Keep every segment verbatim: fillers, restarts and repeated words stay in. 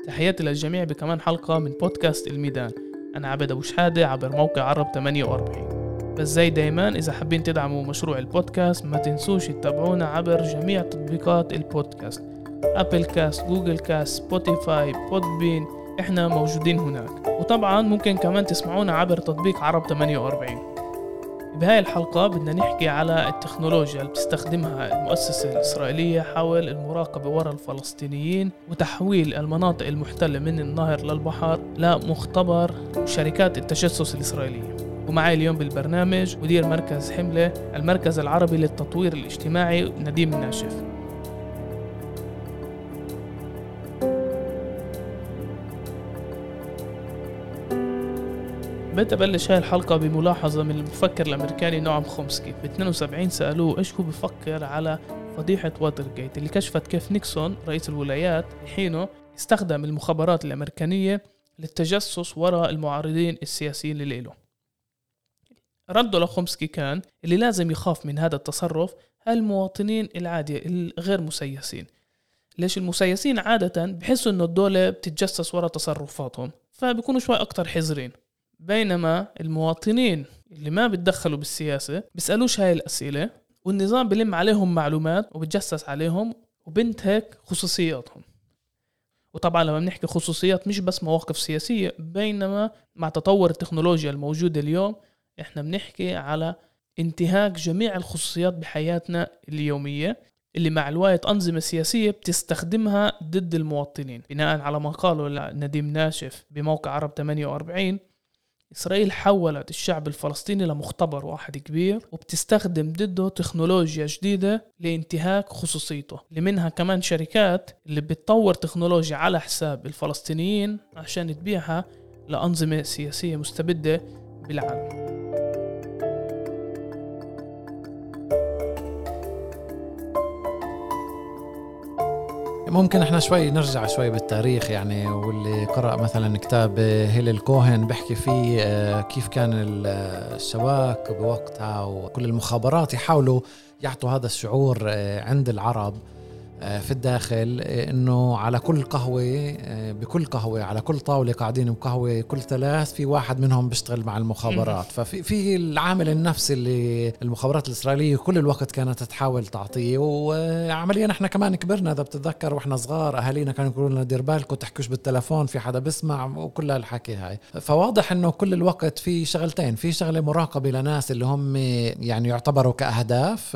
تحياتي للجميع بكمان حلقة من بودكاست الميدان. أنا عبد أبو شحادة عبر موقع عرب ثمانية وأربعين. بس زي دايما إذا حابين تدعموا مشروع البودكاست ما تنسوش تتابعونا عبر جميع تطبيقات البودكاست: أبل كاست، جوجل كاست، سبوتيفاي، بودبين، إحنا موجودين هناك. وطبعا ممكن كمان تسمعونا عبر تطبيق عرب ثمانية وأربعين. بهاي الحلقة بدنا نحكي على التكنولوجيا اللي بتستخدمها المؤسسة الإسرائيلية حول المراقبة وراء الفلسطينيين وتحويل المناطق المحتلة من النهر للبحر لمختبر شركات التجسس الإسرائيلية. ومعي اليوم بالبرنامج مدير مركز حملة، المركز العربي للتطوير الاجتماعي، نديم ناشف. بدأ بلش هاي الحلقة بملاحظة من المفكر الأمريكاني نعم خومسكي. ب اثنين وسبعين سألوه إيش هو بفكر على فضيحة واترغيت اللي كشفت كيف نيكسون رئيس الولايات حينه استخدم المخابرات الأمريكانية للتجسس وراء المعارضين السياسيين اللي له. رده لخومسكي كان اللي لازم يخاف من هذا التصرف هالمواطنين العادية الغير مسيسين. ليش المسيسين عادة بحسوا إنه الدولة بتتجسس وراء تصرفاتهم فبيكونوا شوي أكتر حذرين، بينما المواطنين اللي ما بتدخلوا بالسياسة بيسألوش هاي الأسئلة والنظام بلم عليهم معلومات وبتجسس عليهم وبنتهك خصوصياتهم. وطبعا لما بنحكي خصوصيات مش بس مواقف سياسية، بينما مع تطور التكنولوجيا الموجودة اليوم احنا بنحكي على انتهاك جميع الخصوصيات بحياتنا اليومية اللي مع الوقت أنظمة سياسية بتستخدمها ضد المواطنين. بناء على ما قاله نديم ناشف بموقع عرب ثمانية وأربعين، إسرائيل حولت الشعب الفلسطيني لمختبر واحد كبير وبتستخدم ضده تكنولوجيا جديدة لانتهاك خصوصيته، اللي منها كمان شركات اللي بتطور تكنولوجيا على حساب الفلسطينيين عشان تبيعها لأنظمة سياسية مستبدة بالعالم. ممكن احنا شوي نرجع شوي بالتاريخ يعني، واللي قرأ مثلا كتاب هيلل كوهن بيحكي فيه كيف كان الشباك بوقتها وكل المخابرات يحاولوا يعطوا هذا الشعور عند العرب في الداخل انه على كل قهوة بكل قهوة على كل طاولة قاعدين بقهوة كل ثلاث في واحد منهم بيشتغل مع المخابرات. ففي في العامل النفسي اللي المخابرات الإسرائيلية كل الوقت كانت تحاول تعطيه. وعمليا احنا كمان كبرنا، اذا بتتذكر واحنا صغار اهالينا كانوا يقولوا لنا دير بالكم تحكوش بالتلفون في حدا بسمع وكل هالحكي هاي. فواضح انه كل الوقت في شغلتين، في شغلة مراقبة لناس اللي هم يعني يعتبروا كأهداف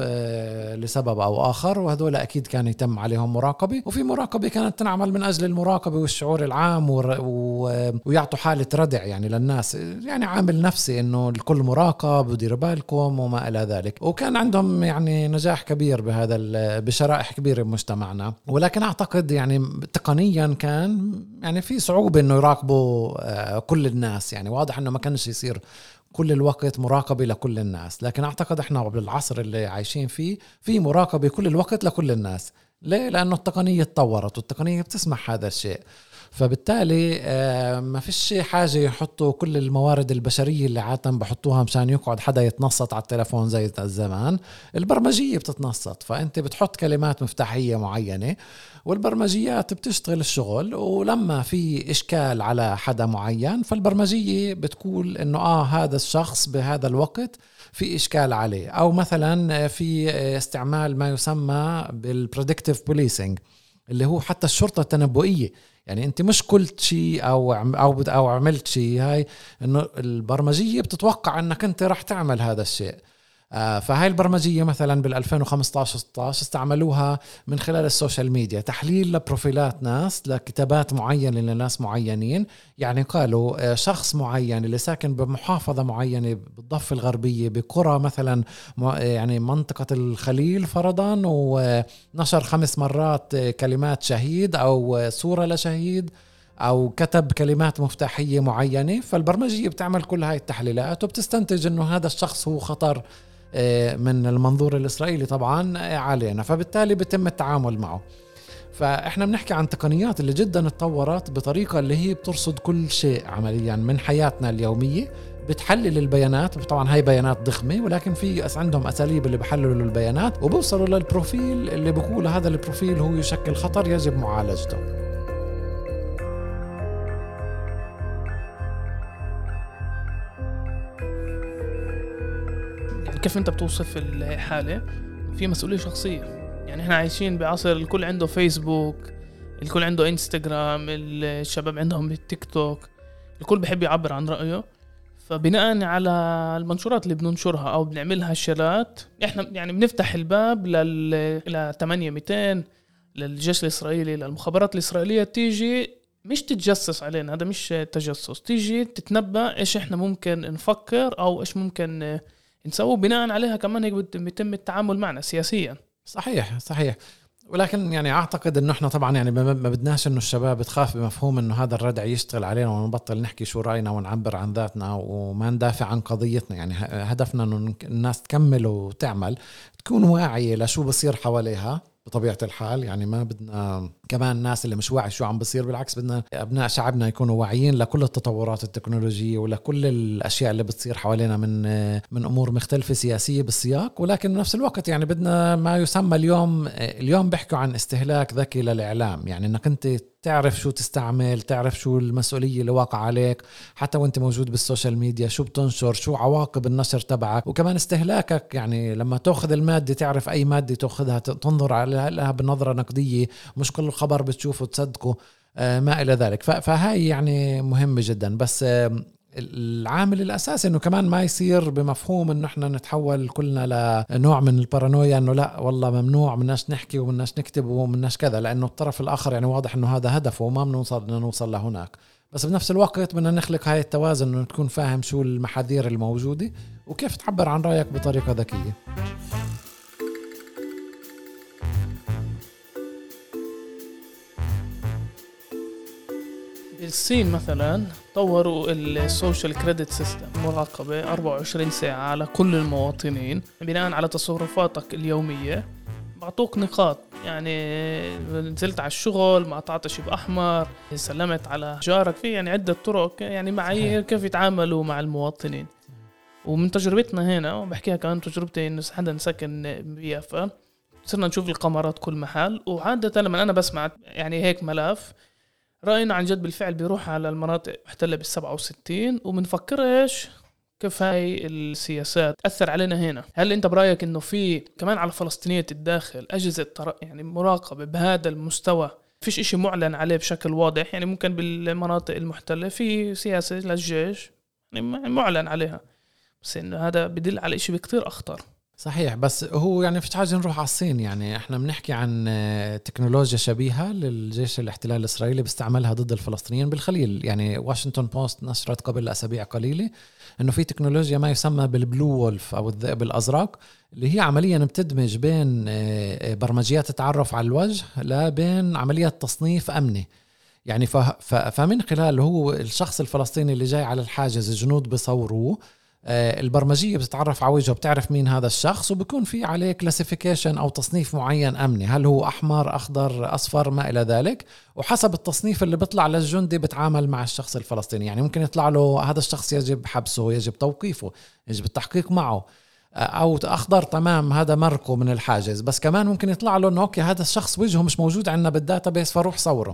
لسبب او اخر، وهذول اكيد كان يتم عليهم مراقبة، وفي مراقبة كانت تنعمل من أجل المراقبة والشعور العام و... و... ويعطوا حالة ردع يعني للناس، يعني عامل نفسي إنه الكل مراقب ودير بالكم وما إلى ذلك. وكان عندهم يعني نجاح كبير بهذا ال... بشرائح كبيرة بمجتمعنا. ولكن أعتقد يعني تقنيا كان يعني في صعوبة إنه يراقبوا كل الناس. يعني واضح إنه ما كانش يصير كل الوقت مراقبة لكل الناس، لكن أعتقد إحنا بالعصر اللي عايشين فيه في مراقبة كل الوقت لكل الناس. ليه؟ لأنه التقنية تطورت والتقنية بتسمح هذا الشيء، فبالتالي ما فيش حاجة يحطوا كل الموارد البشرية اللي عادة بحطوها مشان يقعد حدا يتنصت على التلفون زي الزمان. البرمجية بتتنصت، فأنت بتحط كلمات مفتاحية معينة والبرمجيات بتشتغل الشغل، ولما في إشكال على حدا معين فالبرمجية بتقول إنه آه هذا الشخص بهذا الوقت في إشكال عليه. أو مثلا في استعمال ما يسمى بالبريدكتيف بوليسينج اللي هو حتى الشرطة التنبؤية. يعني أنت مش قلت شيء أو أو أو عملت شيء، هاي إنه البرمجية بتتوقع أنك أنت راح تعمل هذا الشيء. آه فهاي البرمجية مثلا بال2015 ستاشر استعملوها من خلال السوشيال ميديا، تحليل لبروفيلات ناس لكتابات معينة لناس معينين. يعني قالوا آه شخص معين اللي ساكن بمحافظة معينة بالضفة الغربية بقرى مثلا يعني منطقة الخليل فرضا، ونشر خمس مرات كلمات شهيد أو صورة لشهيد أو كتب كلمات مفتاحية معينة. فالبرمجية بتعمل كل هاي التحليلات وبتستنتج أنه هذا الشخص هو خطر من المنظور الإسرائيلي طبعا علينا، فبالتالي بيتم التعامل معه. فإحنا بنحكي عن تقنيات اللي جدا اتطورت بطريقة اللي هي بترصد كل شيء عمليا من حياتنا اليومية، بتحلل البيانات. طبعا هاي بيانات ضخمة، ولكن في عندهم أساليب اللي بحللوا البيانات وبوصلوا للبروفيل اللي بيقول هذا البروفيل هو يشكل خطر يجب معالجته. كيف انت بتوصف الحالة؟ في مسؤولية شخصية. يعني احنا عايشين بعصر الكل عنده فيسبوك، الكل عنده انستغرام، الشباب عندهم التيك توك، الكل بيحب يعبر عن رأيه. فبناء على المنشورات اللي بننشرها او بنعملها شيرات، احنا يعني بنفتح الباب لل ل ثمانية مئتين للجيش الاسرائيلي، للمخابرات الاسرائيليه تيجي مش تتجسس علينا، هذا مش تجسس، تيجي تتنبأ ايش احنا ممكن نفكر او ايش ممكن نسوي. بناء عليها كمان هيك بيتم التعامل معنا سياسيا. صحيح صحيح. ولكن يعني اعتقد انه احنا طبعا يعني ما بدناش انه الشباب تخاف بمفهوم انه هذا الردع يشتغل علينا ونبطل نحكي شو راينا ونعبر عن ذاتنا وما ندافع عن قضيتنا. يعني هدفنا انه الناس تكمل وتعمل، تكون واعية لشو بصير حواليها بطبيعة الحال. يعني ما بدنا كمان الناس اللي مش واعي شو عم بصير، بالعكس بدنا أبناء شعبنا يكونوا واعيين لكل التطورات التكنولوجية ولكل الأشياء اللي بتصير حوالينا من من أمور مختلفة سياسية بالسياق. ولكن بنفس الوقت يعني بدنا ما يسمى اليوم اليوم بيحكوا عن استهلاك ذكي للإعلام، يعني أنك أنت تعرف شو تستعمل، تعرف شو المسؤولية اللي واقع عليك حتى وانت موجود بالسوشيال ميديا، شو بتنشر، شو عواقب النشر تبعك، وكمان استهلاكك. يعني لما تأخذ المادة تعرف أي مادة تأخذها، تنظر عليها بنظرة نقدية، مش كل خبر بتشوفه تصدقه ما إلى ذلك. فهاي يعني مهمة جدا. بس العامل الأساسي إنه كمان ما يصير بمفهوم إنه إحنا نتحول كلنا لنوع من البارانويا، إنه لا والله ممنوع، مناش نحكي ومناش نكتب ومناش كذا، لأنه الطرف الآخر يعني واضح إنه هذا هدفه وما بنوصل نوصل لهناك. بس بنفس الوقت بدنا نخلق هاي التوازن، إنه تكون فاهم شو المحاذير الموجودة وكيف تعبر عن رأيك بطريقة ذكية. الصين مثلا طوروا السوشيال كريدت سيستم، مراقبة أربعة وعشرين ساعة على كل المواطنين بناء على تصرفاتك اليومية. بعطوك نقاط، يعني نزلت على الشغل، ما قطعتش بأحمر، سلمت على جارك، في يعني عدة طرق، يعني معايير كيف يتعاملوا مع المواطنين. ومن تجربتنا هنا، وبحكيها كمان تجربتي إنه حدا نسكن بيافا، صرنا نشوف القمرات كل محل. وعادة لما أنا بسمع يعني هيك ملف، رأينا عن جد بالفعل بيروح على المناطق محتلة بالسبعة وستين، ومنفكرش كيف هاي السياسات أثر علينا هنا. هل أنت برأيك إنه في كمان على فلسطينية الداخل أجهزة يعني مراقبة بهذا المستوى، فيش إشي معلن عليه بشكل واضح؟ يعني ممكن بالمناطق المحتلة في سياسة للجيش يعني معلن عليها، بس إنه هذا بدل على إشي بكتير أخطر. صحيح. بس هو يعني فيش حاجة نروح على الصين، يعني احنا بنحكي عن تكنولوجيا شبيهة للجيش الاحتلال الإسرائيلي بيستعملها ضد الفلسطينيين بالخليل. يعني واشنطن بوست نشرت قبل أسابيع قليلة انه في تكنولوجيا ما يسمى بالبلو وولف او الذئب الأزرق، اللي هي عمليا بتدمج بين برمجيات التعرف على الوجه لبين عملية تصنيف أمني. يعني فمن خلال هو الشخص الفلسطيني اللي جاي على الحاجز الجنود بصوروه، البرمجية بتتعرف على وجهه، بتعرف مين هذا الشخص، وبيكون في عليه كلاسيفيكيشن أو تصنيف معين أمني، هل هو أحمر أخضر أصفر ما إلى ذلك. وحسب التصنيف اللي بيطلع للجندي بتعامل مع الشخص الفلسطيني. يعني ممكن يطلع له هذا الشخص يجب حبسه، يجب توقيفه، يجب التحقيق معه، أو أخضر تمام هذا مركه من الحاجز. بس كمان ممكن يطلع له أنه أوكي هذا الشخص وجهه مش موجود عندنا بالداتابيس فروح صوره.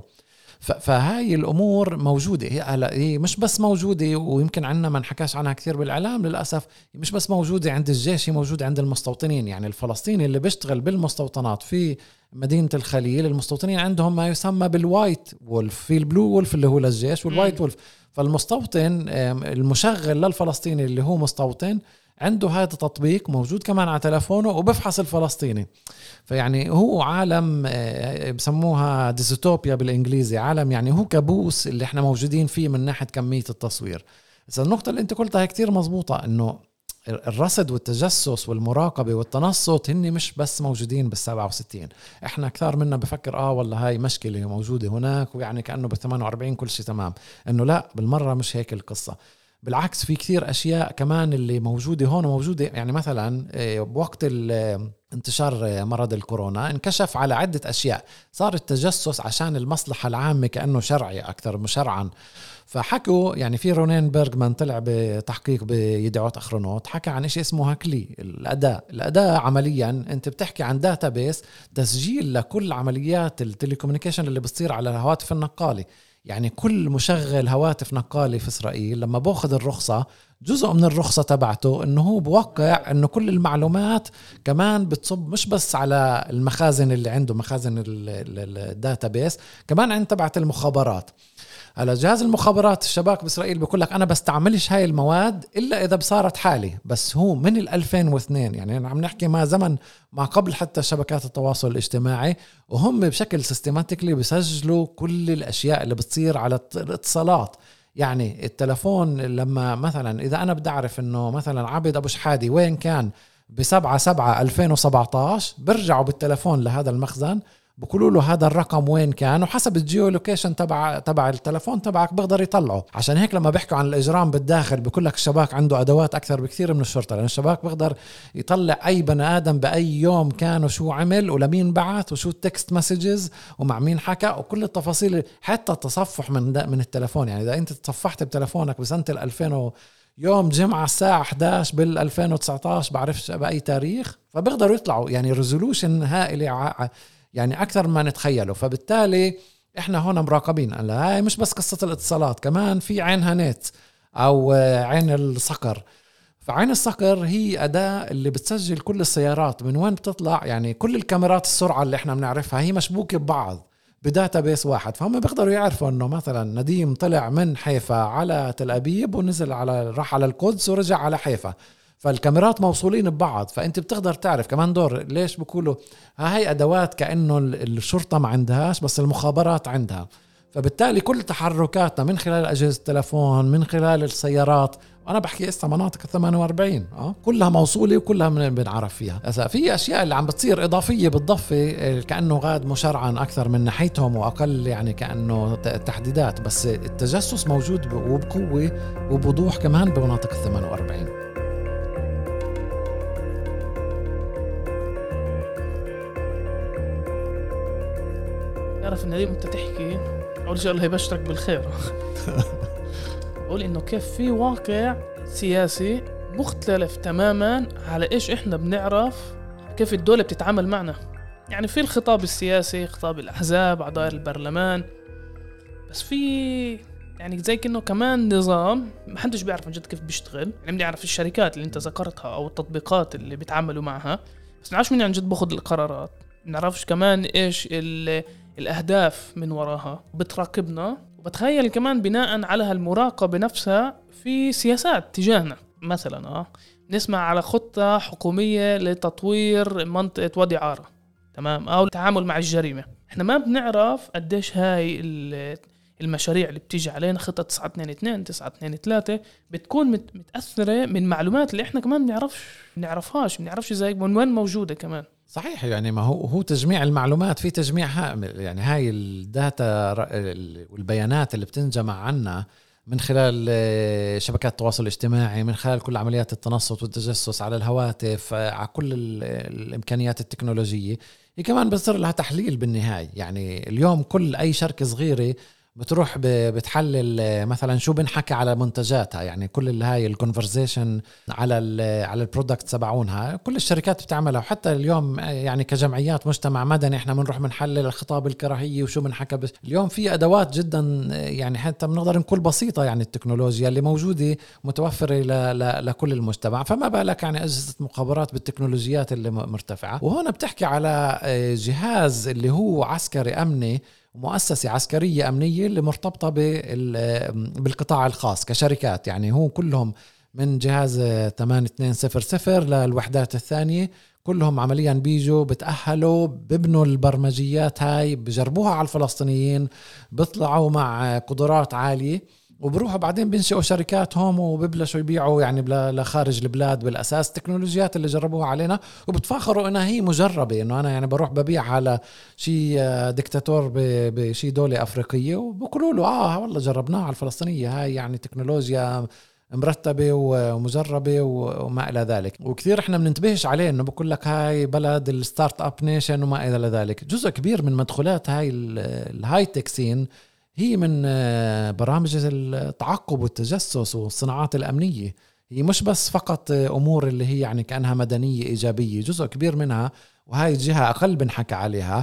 فهاي الأمور موجودة، هي هي مش بس موجودة، ويمكن عنا ما نحكاش عنها كثير بالإعلام للأسف، مش بس موجودة عند الجيش، هي موجودة عند المستوطنين. يعني الفلسطيني اللي بيشتغل بالمستوطنات في مدينة الخليل، المستوطنين عندهم ما يسمى بالوايت وولف، في البلو وولف اللي هو للجيش والوايت وولف. فالمستوطن المشغل للفلسطيني اللي هو مستوطن عنده هذا التطبيق موجود كمان على تلفونه وبفحص الفلسطيني. فيعني هو عالم بسموها ديستوبيا بالإنجليزي، عالم يعني هو كابوس اللي احنا موجودين فيه من ناحية كمية التصوير. بس النقطة اللي انت قلتها كتير مزبوطة، انه الرصد والتجسس والمراقبة والتنصت هني مش بس موجودين بالسبعة وستين. احنا كثار منا بفكر اه والله هاي مشكلة موجودة هناك، ويعني كأنه بالثمان واربعين كل شيء تمام. انه لا، بالمرة مش هيك القصة. بالعكس في كثير أشياء كمان اللي موجودة هون موجودة. يعني مثلا بوقت انتشار مرض الكورونا انكشف على عدة أشياء، صار التجسس عشان المصلحة العامة كأنه شرعي أكثر مشرعا. فحكوا يعني في رونين بيرغمان طلع بتحقيق بيدعوت أخرونوت، حكى عن إشي اسمه هاكلي الأداء. الأداء عمليا أنت بتحكي عن داتابيس تسجيل لكل عمليات التليكومنيكيشن اللي بتصير على الهواتف النقالة. يعني كل مشغل هواتف نقالة في إسرائيل لما بأخذ الرخصة جزء من الرخصة تبعته انه هو بوقع انه كل المعلومات كمان بتصب مش بس على المخازن اللي عنده، مخازن الداتابيس، كمان عند تبعت المخابرات. على جهاز المخابرات الشباك بإسرائيل بيقول لك أنا بستعملش هاي المواد إلا إذا بصارت حالي، بس هو من الألفين واثنين، يعني عم نحكي ما زمن ما قبل حتى شبكات التواصل الاجتماعي، وهم بشكل سيستماتيكلي بيسجلوا كل الأشياء اللي بتصير على الاتصالات. يعني التلفون لما مثلا إذا أنا بدي أعرف إنه مثلا عبد أبو شحادي وين كان بسبعة سبعة ألفين وسبعتاشر، برجعوا بالتلفون لهذا المخزن بقولوا له هذا الرقم وين كان، وحسب الجيو لوكيشن تبع تبع التلفون تبعك بقدر يطلعه. عشان هيك لما بيحكوا عن الإجرام بالداخل بيقول لك الشباك عنده أدوات أكثر بكثير من الشرطة، لأن الشباك بقدر يطلع أي بني آدم بأي يوم كان وشو عمل ولمين بعث وشو التكست مسجز ومع مين حكى وكل التفاصيل، حتى التصفح من من التلفون. يعني إذا أنت تصفحت بتلفونك بسنة الألفين يوم جمعة الساعة إحدى عشر بال ألفين وتسعتاشر بعرفش بأي تاريخ، فبقدروا يطلعوا يعني ريزولوشن هائلة يعني أكثر ما نتخيله. فبالتالي إحنا هنا مراقبين. هاي مش بس قصة الاتصالات، كمان في عينها نت أو عين الصقر. فعين الصقر هي أداة اللي بتسجل كل السيارات من وين بتطلع، يعني كل الكاميرات السرعة اللي إحنا بنعرفها هي مشبوكة ببعض بداتا بيس واحد، فهم بيقدروا يعرفوا إنه مثلا نديم طلع من حيفا على تل أبيب ونزل على راح على القدس ورجع على حيفا، فالكاميرات موصولين ببعض. فأنت بتقدر تعرف كمان دور ليش بقولوا هاي أدوات كأنه الشرطة ما عندهاش بس المخابرات عندها. فبالتالي كل تحركاتنا من خلال أجهزة التلفون، من خلال السيارات، وأنا بحكي إستا مناطق ثمانية وأربعين أه؟ كلها موصولة وكلها من بنعرف فيها. في أشياء اللي عم بتصير إضافية بالضفة كأنه غاد مشرعا أكثر من ناحيتهم وأقل يعني كأنه تحديدات، بس التجسس موجود وبقوة وبوضوح كمان بمناطق ثمانية وأربعين. تعرف إن دايما أنت تحكي أول شيء الله يبشرك بالخير أقول إنه كيف في واقع سياسي مختلف تماما على إيش إحنا بنعرف كيف الدولة بتتعامل معنا. يعني في الخطاب السياسي، خطاب الأحزاب، أعضاء البرلمان، بس في يعني زي كأنه كمان نظام محدش بيعرف عن جد كيف بيشتغل. يعني بنعرف الشركات اللي أنت ذكرتها أو التطبيقات اللي بيتعاملوا معها، بس نعرفش مين عن جد بأخذ القرارات، نعرفش كمان إيش الأهداف من وراها. بتراقبنا وبتخيل كمان بناء على هالمراقبة نفسها في سياسات تجاهنا. مثلا آه نسمع على خطة حكومية لتطوير منطقة وادي عارة، تمام، أو التعامل مع الجريمة. إحنا ما بنعرف قديش هاي المشاريع اللي بتيجي علينا، خطة تسعة اثنين اثنين تسعة اثنين ثلاثة، بتكون متأثرة من معلومات اللي إحنا كمان بنعرفش بنعرفهاش بنعرفش زي من وين موجودة كمان. صحيح، يعني ما هو هو تجميع المعلومات، في تجميع يعني هاي الداتا والبيانات اللي بتنجمع عنا من خلال شبكات التواصل الاجتماعي، من خلال كل عمليات التنصت والتجسس على الهواتف، على كل الإمكانيات التكنولوجية، هي كمان بصير لها تحليل بالنهاية. يعني اليوم كل أي شركة صغيرة بتروح بتحلل مثلا شو بنحكي على منتجاتها، يعني كل اللي هاي الكونفرزيشن على ال على البرودكت تبعونها كل الشركات بتعملها. وحتى اليوم يعني كجمعيات مجتمع مدني احنا بنروح بنحلل الخطاب الكراهية وشو بنحكى. بس اليوم في ادوات جدا يعني حتى بنقدر نقول بسيطة، يعني التكنولوجيا اللي موجودة متوفرة ل ل لكل المجتمع، فما بالك يعني اجهزة مخابرات بالتكنولوجيات اللي مرتفعة. وهنا بتحكي على جهاز اللي هو عسكري امني، مؤسسة عسكرية أمنية اللي مرتبطة بالقطاع الخاص كشركات. يعني هو كلهم من جهاز ثمانية اثنين صفر صفر للوحدات الثانية، كلهم عمليا بيجوا بتأهلوا ببنوا البرمجيات هاي، بجربوها على الفلسطينيين، بيطلعوا مع قدرات عالية، وبروحوا بعدين بينشئوا شركات هم وبيبلشوا يبيعوا يعني لخارج البلاد بالأساس التكنولوجيات اللي جربوها علينا، وبتفاخروا إنها هي مجربة، إنه أنا يعني بروح ببيع على شي ديكتاتور بشي دولة أفريقية وبقولوا له آه والله جربناها على الفلسطينية، هاي يعني تكنولوجيا مرتبة ومجربة وما إلى ذلك. وكثير إحنا بننتبهش عليه إنه بقول لك هاي بلد الستارت أب نيشن وما إلى ذلك. جزء كبير من مدخلات هاي الهاي تك سين هي من برامج التعقب والتجسس والصناعات الأمنية. هي مش بس فقط أمور اللي هي يعني كأنها مدنية إيجابية، جزء كبير منها، وهاي الجهة أقل بنحكي عليها،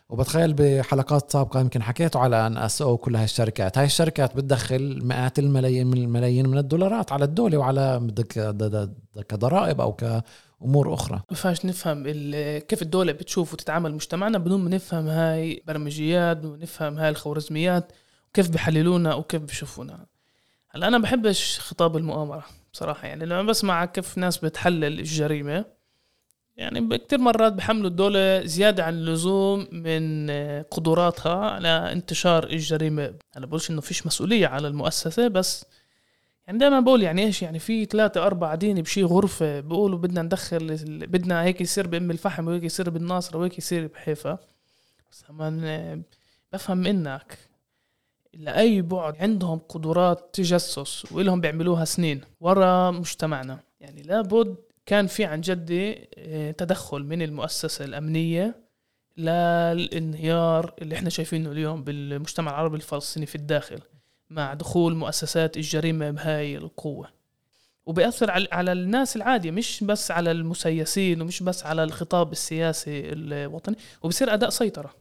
وبتخيل بحلقات سابقة يمكن حكيتوا على أن أس أو كل هاي الشركات هاي الشركات بتدخل مئات الملايين من الملايين من الدولارات على الدولة وعلى كضرائب أو كأمور أخرى. بفاش نفهم كيف الدولة بتشوف وتتعامل مجتمعنا بدون ما نفهم هاي برمجيات ونفهم هاي الخوارزميات وكيف بيحللونا وكيف بيشوفونا. هلا أنا بحبش خطاب المؤامرة بصراحة، يعني لما بسمع كيف ناس بتحلل الجريمة يعني بكتير مرات بحملوا الدولة زيادة عن اللزوم من قدراتها على انتشار الجريمة. أنا بقولش إنه فيش مسؤولية على المؤسسة، بس يعني دائما بقول يعني إيش يعني في ثلاثة أربعة دين بشي غرفة بيقولوا بدنا ندخل بدنا هيك يصير بأم الفحم وهيك يصير بالناصر وهيك يصير بحيفا. بس كمان بفهم منك لأي بعد عندهم قدرات تجسس وإلهم بيعملوها سنين ورا مجتمعنا. يعني لابد كان في عن جد تدخل من المؤسسة الأمنية للانهيار اللي احنا شايفينه اليوم بالمجتمع العربي الفلسطيني في الداخل مع دخول مؤسسات الجريمة بهاي القوة، وبيأثر على الناس العادية مش بس على المسيسين ومش بس على الخطاب السياسي الوطني، وبصير أداء سيطرة.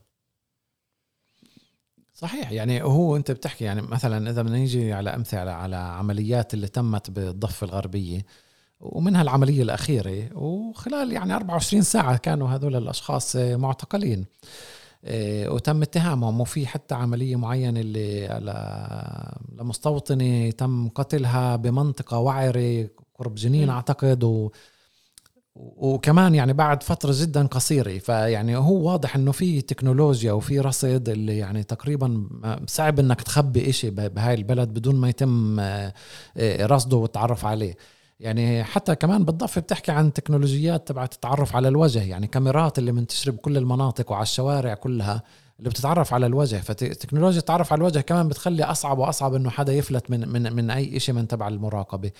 صحيح. يعني هو أنت بتحكي يعني مثلا إذا بدنا نيجي على أمثلة على عمليات اللي تمت بالضفة الغربية ومنها العملية الأخيرة، وخلال يعني أربعة وعشرين ساعة كانوا هذول الأشخاص معتقلين وتم اتهامهم، وفي حتى عملية معينة اللي لمستوطنة تم قتلها بمنطقة وعرة قرب جنين م. أعتقد و وكمان يعني بعد فترة جدا قصيرة. فيعني هو واضح انه في تكنولوجيا وفي رصد اللي يعني تقريبا صعب انك تخبي اشي بهاي البلد بدون ما يتم رصده والتعرف عليه. يعني حتى كمان بالضبط بتحكي عن تكنولوجيات تبعت التعرف على الوجه، يعني كاميرات اللي منتشرة بكل المناطق وعلى الشوارع كلها اللي بتتعرف على الوجه. فتكنولوجيا التعرف على الوجه كمان بتخلي أصعب وأصعب إنه حدا يفلت من من من أي إشي من تبع المراقبة.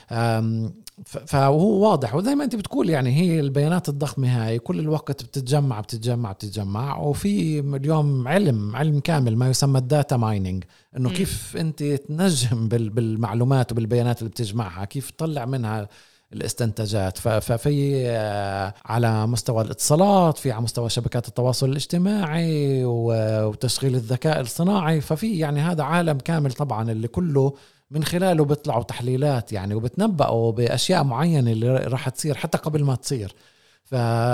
فهو واضح، وزي ما أنت بتقول يعني هي البيانات الضخمة هاي كل الوقت بتتجمع بتتجمع بتتجمع وفي اليوم علم علم كامل ما يسمى الداتا مايننج، إنه كيف أنت تنجم بالمعلومات وبالبيانات اللي بتجمعها كيف تطلع منها الاستنتاجات. ففي على مستوى الاتصالات، في على مستوى شبكات التواصل الاجتماعي وتشغيل الذكاء الصناعي. ففي يعني هذا عالم كامل طبعا اللي كله من خلاله بيطلعوا تحليلات يعني وبتنبأوا بأشياء معينة اللي راح تصير حتى قبل ما تصير. ف...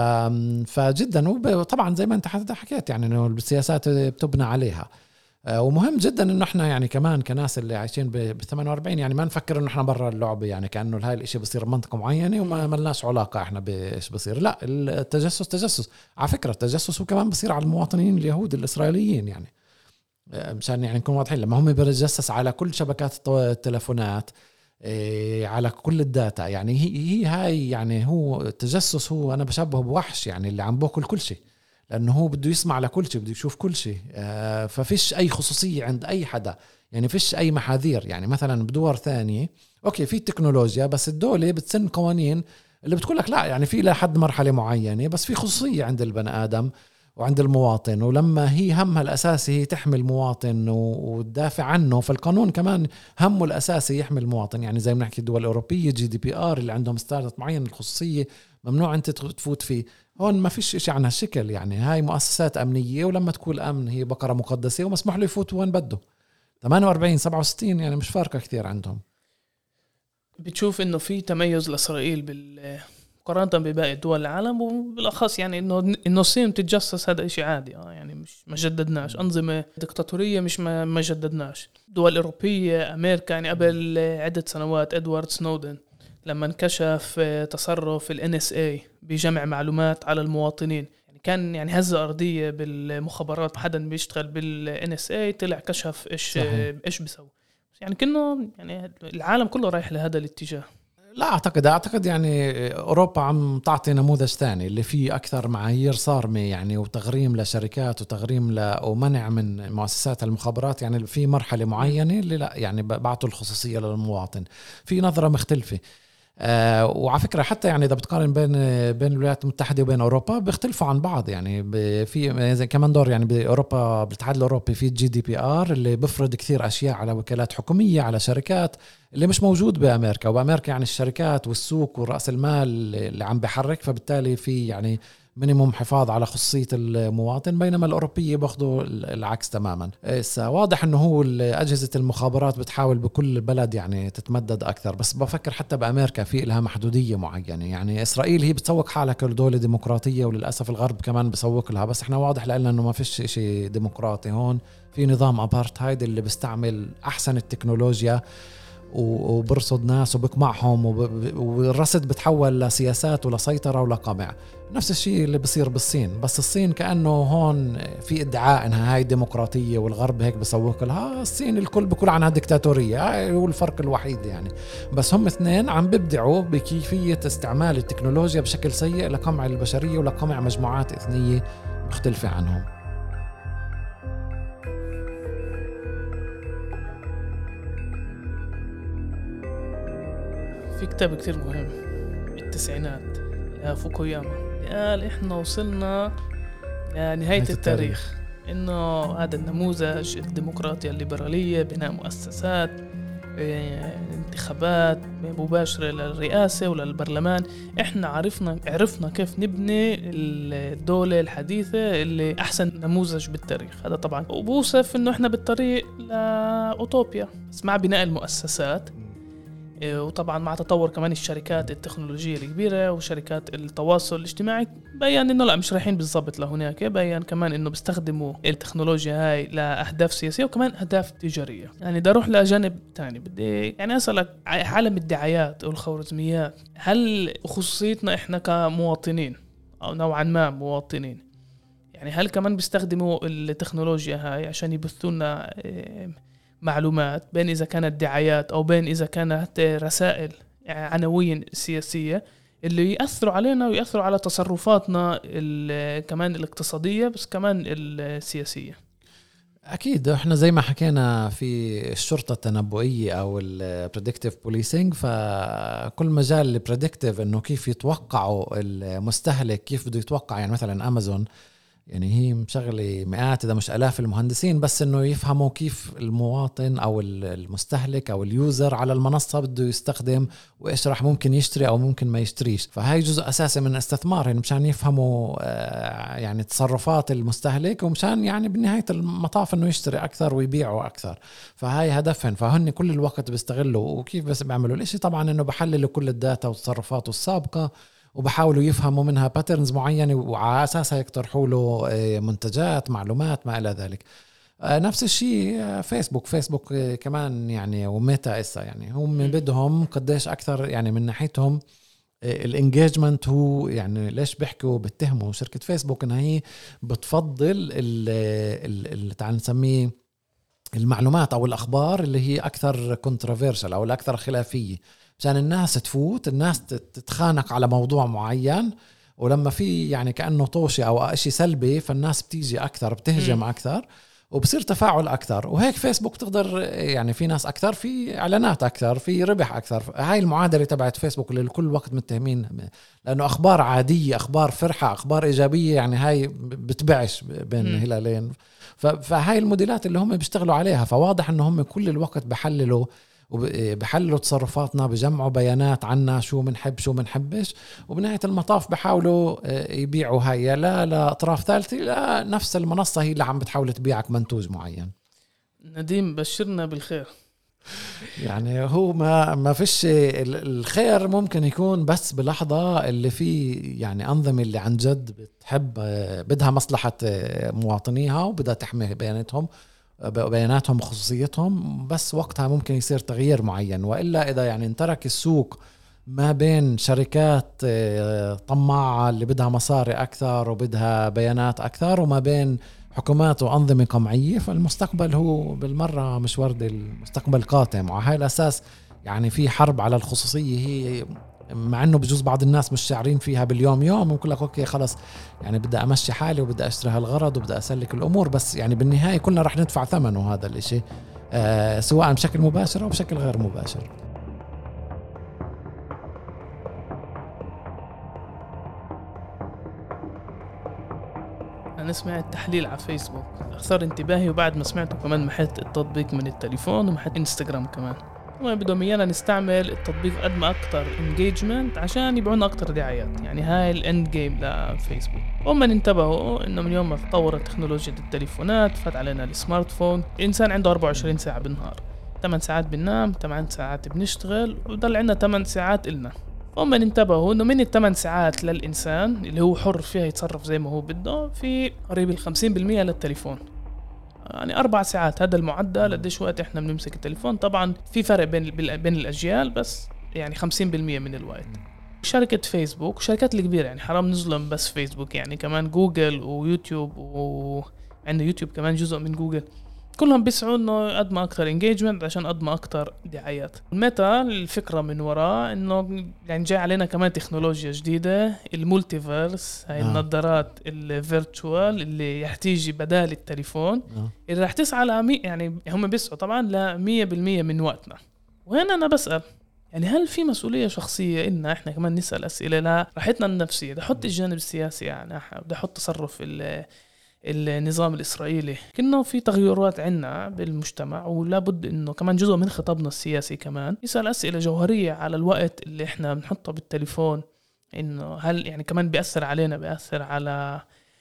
فجدا وطبعا زي ما انت حكيت يعني انه السياسات بتبنى عليها. ومهم جدا انه احنا يعني كمان كناس اللي عايشين ب ثمانية وأربعين يعني ما نفكر انه احنا برا اللعبه، يعني كانه هاي الاشي بصير بمنطقه معينه وما ملناش علاقه احنا بايش بصير. لا، التجسس تجسس على فكره، التجسس وكمان بصير على المواطنين اليهود الاسرائيليين، يعني مشان يعني نكون واضحين لما هم بيتجسس على كل شبكات التلفونات على كل الداتا. يعني هي, هي هاي يعني هو التجسس هو انا بشبهه بوحش يعني اللي عم باكل كل شيء، لأنه هو بده يسمع لكل شيء، بده يشوف كل شيء. آه ففيش أي خصوصية عند أي حدا، يعني فيش أي محاذير. يعني مثلا بدور ثانية أوكي في تكنولوجيا بس الدولة بتسن قوانين اللي بتقول لك لا يعني في لحد مرحلة معينة بس في خصوصية عند البني آدم وعند المواطن، ولما هي همها الأساسي هي تحمي المواطن وتدافع عنه، فالقانون كمان همه الأساسي يحمي المواطن. يعني زي ما نحكي الدول الأوروبية جي دي بي آر اللي عندهم ستاندرد معين الخصوصية ممنوع أنت تفوت فيه. هون ما فيش إشي عن هالشكل، يعني هاي مؤسسات أمنية ولما تكون أمن هي بقرة مقدسة ومسموح له يفوت وين بده. ثمانية وأربعين سبعة وستين يعني مش فارقة كثير عندهم. بتشوف إنه في تميز لإسرائيل بالمقارنة بباقي دول العالم، وبالأخص يعني إنه إنه الصين تتجسس هذا إشي عادي. آه يعني مش ما جددناش أنظمة ديكتاتورية، مش ما ما جددناش. دول أوروبية أمريكا يعني قبل عدة سنوات إدوارد سنودن لما انكشف تصرف ال إن إس إيه بجمع معلومات على المواطنين، يعني كان يعني هزة أرضية بالمخابرات، حدا بيشتغل بال إن إس إيه طلع كشف إيش إيش بيسوي. يعني كأنه يعني العالم كله رايح لهذا الاتجاه. لا أعتقد أعتقد يعني أوروبا عم تعطي نموذج ثاني اللي فيه أكثر معايير صارمة يعني وتغريم لشركات وتغريم ل ومنع من مؤسسات المخابرات. يعني في مرحلة معينة اللي لا يعني بعطوا الخصوصية للمواطن، في نظرة مختلفة. آه وعلى فكرة حتى يعني إذا بتقارن بين بين الولايات المتحدة وبين أوروبا بيختلفوا عن بعض. يعني في زي كمان دور يعني بأوروبا بالاتحاد الأوروبي في جي دي بي آر اللي بفرض كثير أشياء على وكالات حكومية على شركات اللي مش موجود بأمريكا. وبأمريكا يعني الشركات والسوق ورأس المال اللي عم بيحرك، فبالتالي في يعني مينيموم حفاظ على خصوصية المواطن، بينما الأوروبية باخدوا العكس تماما. واضح أنه هو أجهزة المخابرات بتحاول بكل بلد يعني تتمدد أكثر، بس بفكر حتى بأمريكا في لها محدودية معينة. يعني إسرائيل هي بتسوق حالها كدولة ديمقراطية، وللأسف الغرب كمان بسوق لها، بس إحنا واضح لنا أنه ما فيش شيء ديمقراطي هون، في نظام أبارتهايد اللي بيستعمل أحسن التكنولوجيا وبرصد ناس وبقمعهم، والرصد بتحول لسياسات ولسيطرة ولقمع. نفس الشيء اللي بصير بالصين، بس الصين كأنه هون في ادعاء انها هاي ديمقراطية والغرب هيك بسوق لها. الصين الكل بيقول عنها ديكتاتورية، هاي هو الفرق الوحيد يعني. بس هم اثنين عم بيبدعوا بكيفية استعمال التكنولوجيا بشكل سيء لقمع البشرية ولقمع مجموعات إثنية مختلفة عنهم. في كتاب كتير مهم بالتسعينات يا فوكوياما قال إحنا وصلنا لنهاية التاريخ, التاريخ. إنه هذا النموذج الديمقراطية الليبرالية، بناء مؤسسات، انتخابات مباشرة للرئاسة وللبرلمان. إحنا عرفنا عرفنا كيف نبني الدولة الحديثة اللي أحسن نموذج بالتاريخ. هذا طبعا وبوصف إنه إحنا بالطريق لأوتوبيا، بس مع بناء المؤسسات، وطبعا مع تطور كمان الشركات التكنولوجية الكبيرة وشركات التواصل الاجتماعي، بيان انه لا مش رايحين بالضبط لهناك. بيان كمان انه بيستخدموا التكنولوجيا هاي لأهداف سياسية وكمان أهداف تجارية. يعني بدي اروح لجانب تاني، بدي يعني اسألك عالم الدعايات والخوارزميات، هل خصوصيتنا احنا كمواطنين او نوعا ما مواطنين، يعني هل كمان بيستخدموا التكنولوجيا هاي عشان يبثوا لنا معلومات، بين إذا كانت دعايات أو بين إذا كانت رسائل عناوين سياسية اللي يأثروا علينا ويأثروا على تصرفاتنا كمان الاقتصادية بس كمان السياسية؟ أكيد إحنا زي ما حكينا في الشرطة التنبؤية أو البريدكتيف بوليسينج، فكل مجال البريدكتيف إنه كيف يتوقعوا المستهلك، كيف بده يتوقع. يعني مثلا أمازون يعني هي مشغلة مئات إذا مش ألاف المهندسين بس إنه يفهموا كيف المواطن أو المستهلك أو اليوزر على المنصة بده يستخدم وإيش راح ممكن يشتري أو ممكن ما يشتريش. فهاي جزء أساسي من الاستثمار، يعني مشان يفهموا يعني تصرفات المستهلك، ومشان يعني بالنهاية المطاف إنه يشتري أكثر ويبيعوا أكثر. فهاي هدفهم، فهن كل الوقت بيستغلوا. وكيف بس بيعملوا الإشي؟ طبعا إنه بحللوا كل الداتا وتصرفاته السابقة وبحاولوا يفهموا منها باترنز معينة، وعلى أساسها يقترحوا له منتجات، معلومات، ما إلى ذلك. نفس الشيء فيسبوك فيسبوك كمان يعني، وميتا إسا يعني هم بدهم قديش أكثر يعني من ناحيتهم الانجيجمنت. هو يعني ليش بيحكوا بتهموا شركة فيسبوك إنها هي بتفضل اللي تعال نسميه المعلومات أو الأخبار اللي هي أكثر كونتروفيرشل أو الأكثر خلافية، عشان الناس تفوت، الناس تتخانق على موضوع معين، ولما في يعني كأنه طوشة أو شيء سلبي فالناس بتيجي أكثر، بتهجم م. أكثر، وبصير تفاعل أكثر. وهيك فيسبوك تقدر يعني في ناس أكثر، في إعلانات أكثر، في ربح أكثر. هاي المعادلة تبعت فيسبوك اللي كل وقت متهمين، لأنه أخبار عادية، أخبار فرحة، أخبار إيجابية، يعني هاي بتبعش بين م. هلالين. فهاي الموديلات اللي هم بيشتغلوا عليها. فواضح أنه هم كل الوقت بحللوا وبحللوا تصرفاتنا، بجمعوا بيانات عنا، شو منحب شو منحبش، وبنهاية المطاف بحاولوا يبيعوا هاي لا لأطراف ثالثة، لا نفس المنصة هي اللي عم بتحاول تبيعك منتوج معين. نديم بشرنا بالخير. يعني هو ما ما فيش الخير ممكن يكون بس بلحظة اللي فيه يعني أنظمة اللي عن جد بتحب بدها مصلحة مواطنيها وبدها تحمي بياناتهم بياناتهم وخصوصيتهم، بس وقتها ممكن يصير تغيير معين. وإلا إذا يعني انترك السوق ما بين شركات طماعة اللي بدها مصاري أكثر وبدها بيانات أكثر، وما بين حكومات وأنظمة قمعية، فالمستقبل هو بالمرة مش ورد، المستقبل قاتم. وعلى هاي الأساس يعني في حرب على الخصوصية، هي مع انه بجوز بعض الناس مش شاعرين فيها باليوم يوم، ممكن لك اوكي خلص يعني بدي امشي حالي وبدي اشتري هالغرض وبدي اسلك الامور، بس يعني بالنهاية كلنا رح ندفع ثمنه هذا الاشي، آه سواء بشكل مباشر او بشكل غير مباشر. أنا سمعت تحليل على فيسبوك أثار انتباهي، وبعد ما سمعته كمان محيت التطبيق من التليفون ومحيت إنستغرام كمان. هم بدهم إيانا نستعمل التطبيق قد ما أكتر engagement عشان يبيعونا أكتر دعايات. يعني هاي الإند جيم لفيسبوك. هم انتبهوا إنه من يوم ما تطورت تكنولوجيا التليفونات فات علينا السمارت فون، الإنسان عنده أربعة وعشرين ساعة بالنهار، ثمان ساعات بننام، ثمان ساعات بنشتغل، وضل عندنا ثمان ساعات إلنا. هم انتبهوا إنه من الثمان ساعات للإنسان اللي هو حر فيها يتصرف زي ما هو بده، في قريب الخمسين بالمية للتليفون. يعني أربع ساعات هذا المعدل قديش وقت إحنا بنمسك التليفون. طبعا في فرق بين بين الأجيال، بس يعني خمسين بالمية من الوقت. شركة فيسبوك وشركات الكبيرة، يعني حرام نظلم بس فيسبوك، يعني كمان جوجل ويوتيوب، وعندنا يوتيوب كمان جزء من جوجل، كلهم بيسعوا انه قد ما اكثر انجيجمنت عشان قد ما اكثر دعايات. الميتا الفكره من وراء انه يعني جاي علينا كمان تكنولوجيا جديده، المولتيفيرس، هاي آه. النظارات الفيرتشوال اللي رح تيجي بدال التليفون، آه. اللي رح تسعى على يعني هم بيسعوا طبعا ل مية بالمية من وقتنا. وهنا انا بسال يعني هل في مسؤوليه شخصيه إننا احنا كمان نسال اسئله لراحتنا النفسيه؟ بدي احط الجانب السياسي، يعني بدي احط تصرف النظام الإسرائيلي، كأنه في تغيرات عنا بالمجتمع، ولا بد إنه كمان جزء من خطابنا السياسي كمان يسأل أسئلة جوهرية على الوقت اللي إحنا بنحطه بالتليفون، إنه هل يعني كمان بيأثر علينا، بيأثر على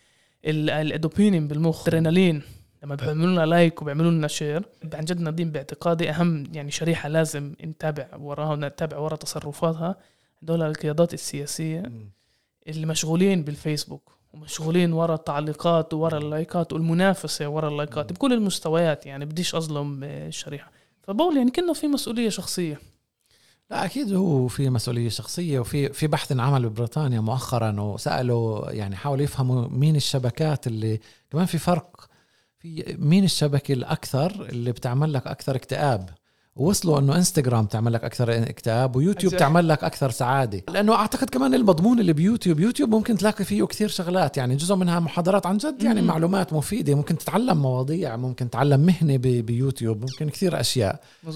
الأدوبينين بالمخ، الأدرينالين لما بيعملوا لنا لايك وبيعملوا لنا شير. عن جد نادين باعتقادي أهم يعني شريحة لازم نتابع وراها ونتابع ورا تصرفاتها دول القيادات السياسية اللي مشغولين بالفيسبوك ومشغولين ورا التعليقات وورا اللايكات والمنافسة ورا اللايكات بكل المستويات. يعني بديش أظلم الشريحة، فبقول يعني كأنه في مسؤولية شخصية. لا أكيد هو في مسؤولية شخصية. وفي في بحث انعمل ببريطانيا مؤخرا وسألوا يعني حاولوا يفهموا مين الشبكات اللي كمان في فرق في مين الشبكة الأكثر اللي بتعمل لك أكثر اكتئاب. ووصلوا انه انستغرام تعمل لك اكثر اكتئاب ويوتيوب تعمل لك اكثر سعاده. لانه اعتقد كمان المضمون اللي بيوتيوب يوتيوب ممكن تلاقي فيه كثير شغلات، يعني جزء منها محاضرات عن جد، يعني معلومات مفيده، ممكن تتعلم مواضيع، ممكن تتعلم مهنه بيوتيوب، ممكن كثير اشياء.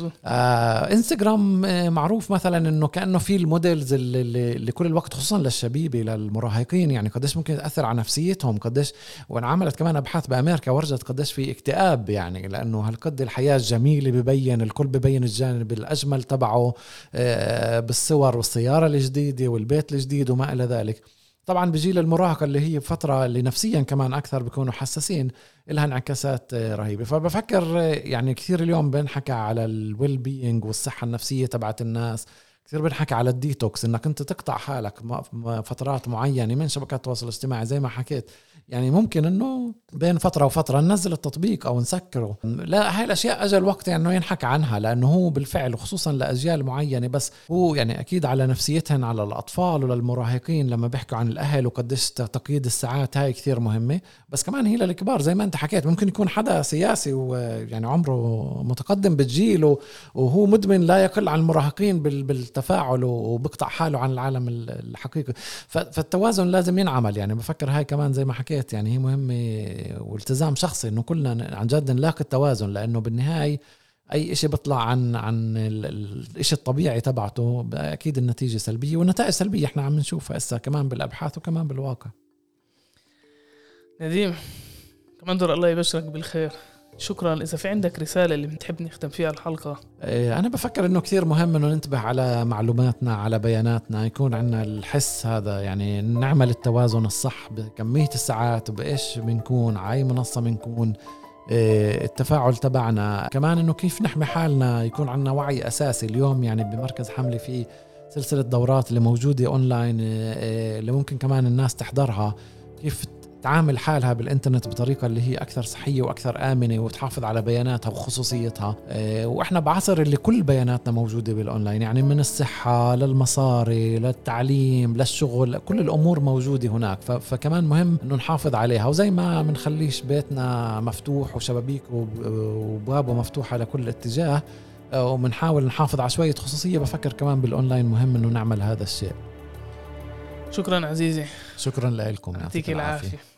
آه انستغرام معروف مثلا انه كانه في الموديلز اللي, اللي كل الوقت خصوصا للشبيبه للمراهقين، يعني قديش ممكن تاثر على نفسيتهم، قديش. وانعملت كمان ابحاث بامريكا ورجت قديش في اكتئاب، يعني لانه هالقد الحياه الجميله ببين الكل ببين الجانب الأجمل تبعه بالصور والسيارة الجديدة والبيت الجديد وما إلى ذلك. طبعا بجيل المراهقة اللي هي فترة اللي نفسيا كمان أكثر بيكونوا حساسين، لها انعكاسات رهيبة. فبفكر يعني كثير اليوم بنحكى على الويل بيينج والصحة النفسية تبعت الناس، كثير بنحكي على الديتوكس، انك انت تقطع حالك فترات معينة من شبكات التواصل الاجتماعي زي ما حكيت. يعني ممكن انه بين فترة وفترة ننزل التطبيق او نسكره. لا هاي الاشياء اجى الوقت يعني انه ينحكى عنها، لانه هو بالفعل وخصوصا لاجيال معينة، بس هو يعني اكيد على نفسيتهم، على الاطفال وللمراهقين لما بيحكوا عن الاهل وقديش تقييد الساعات هاي كثير مهمة. بس كمان هي للكبار زي ما انت حكيت، ممكن يكون حدا سياسي ويعني عمره متقدم بالجيل وهو مدمن لا يقل عن المراهقين بالتفاعل وبقطع حاله عن العالم الحقيقي. فالتوازن لازم ينعمل. يعني بفكر هاي كمان زي ما حكيت يعني هي مهمة والتزام شخصي، انه كلنا عن جد نلاقي التوازن، لانه بالنهاية اي اشي بيطلع عن عن الاشي الطبيعي تبعته اكيد النتيجة سلبية، والنتائج سلبية احنا عم نشوفها هسه كمان بالابحاث وكمان بالواقع. نديم كمان دور الله يبشرك بالخير، شكرا. إذا في عندك رسالة اللي بتحب نختم فيها الحلقة؟ أنا بفكر إنه كثير مهم إنه ننتبه على معلوماتنا، على بياناتنا، يكون عندنا الحس هذا، يعني نعمل التوازن الصح بكمية الساعات وبإيش بنكون على أي منصة بنكون، التفاعل تبعنا كمان، إنه كيف نحمي حالنا، يكون عندنا وعي أساسي. اليوم يعني بمركز حملي في سلسلة دورات اللي موجودة أونلاين اللي ممكن كمان الناس تحضرها، كيف تعامل حالها بالإنترنت بطريقة اللي هي أكثر صحية وأكثر آمنة وتحافظ على بياناتها وخصوصيتها. اه وإحنا بعصر اللي كل بياناتنا موجودة بالأونلاين، يعني من الصحة للمصاري للتعليم للشغل، كل الأمور موجودة هناك. فكمان مهم إنه نحافظ عليها، وزي ما منخليش بيتنا مفتوح وشبابيك وبابه مفتوحة لكل اتجاه، ومنحاول نحافظ على شوية خصوصية، بفكر كمان بالأونلاين مهم إنه نعمل هذا الشيء. شكرا عزيزي. شكرا لكم، يعطيك العافية.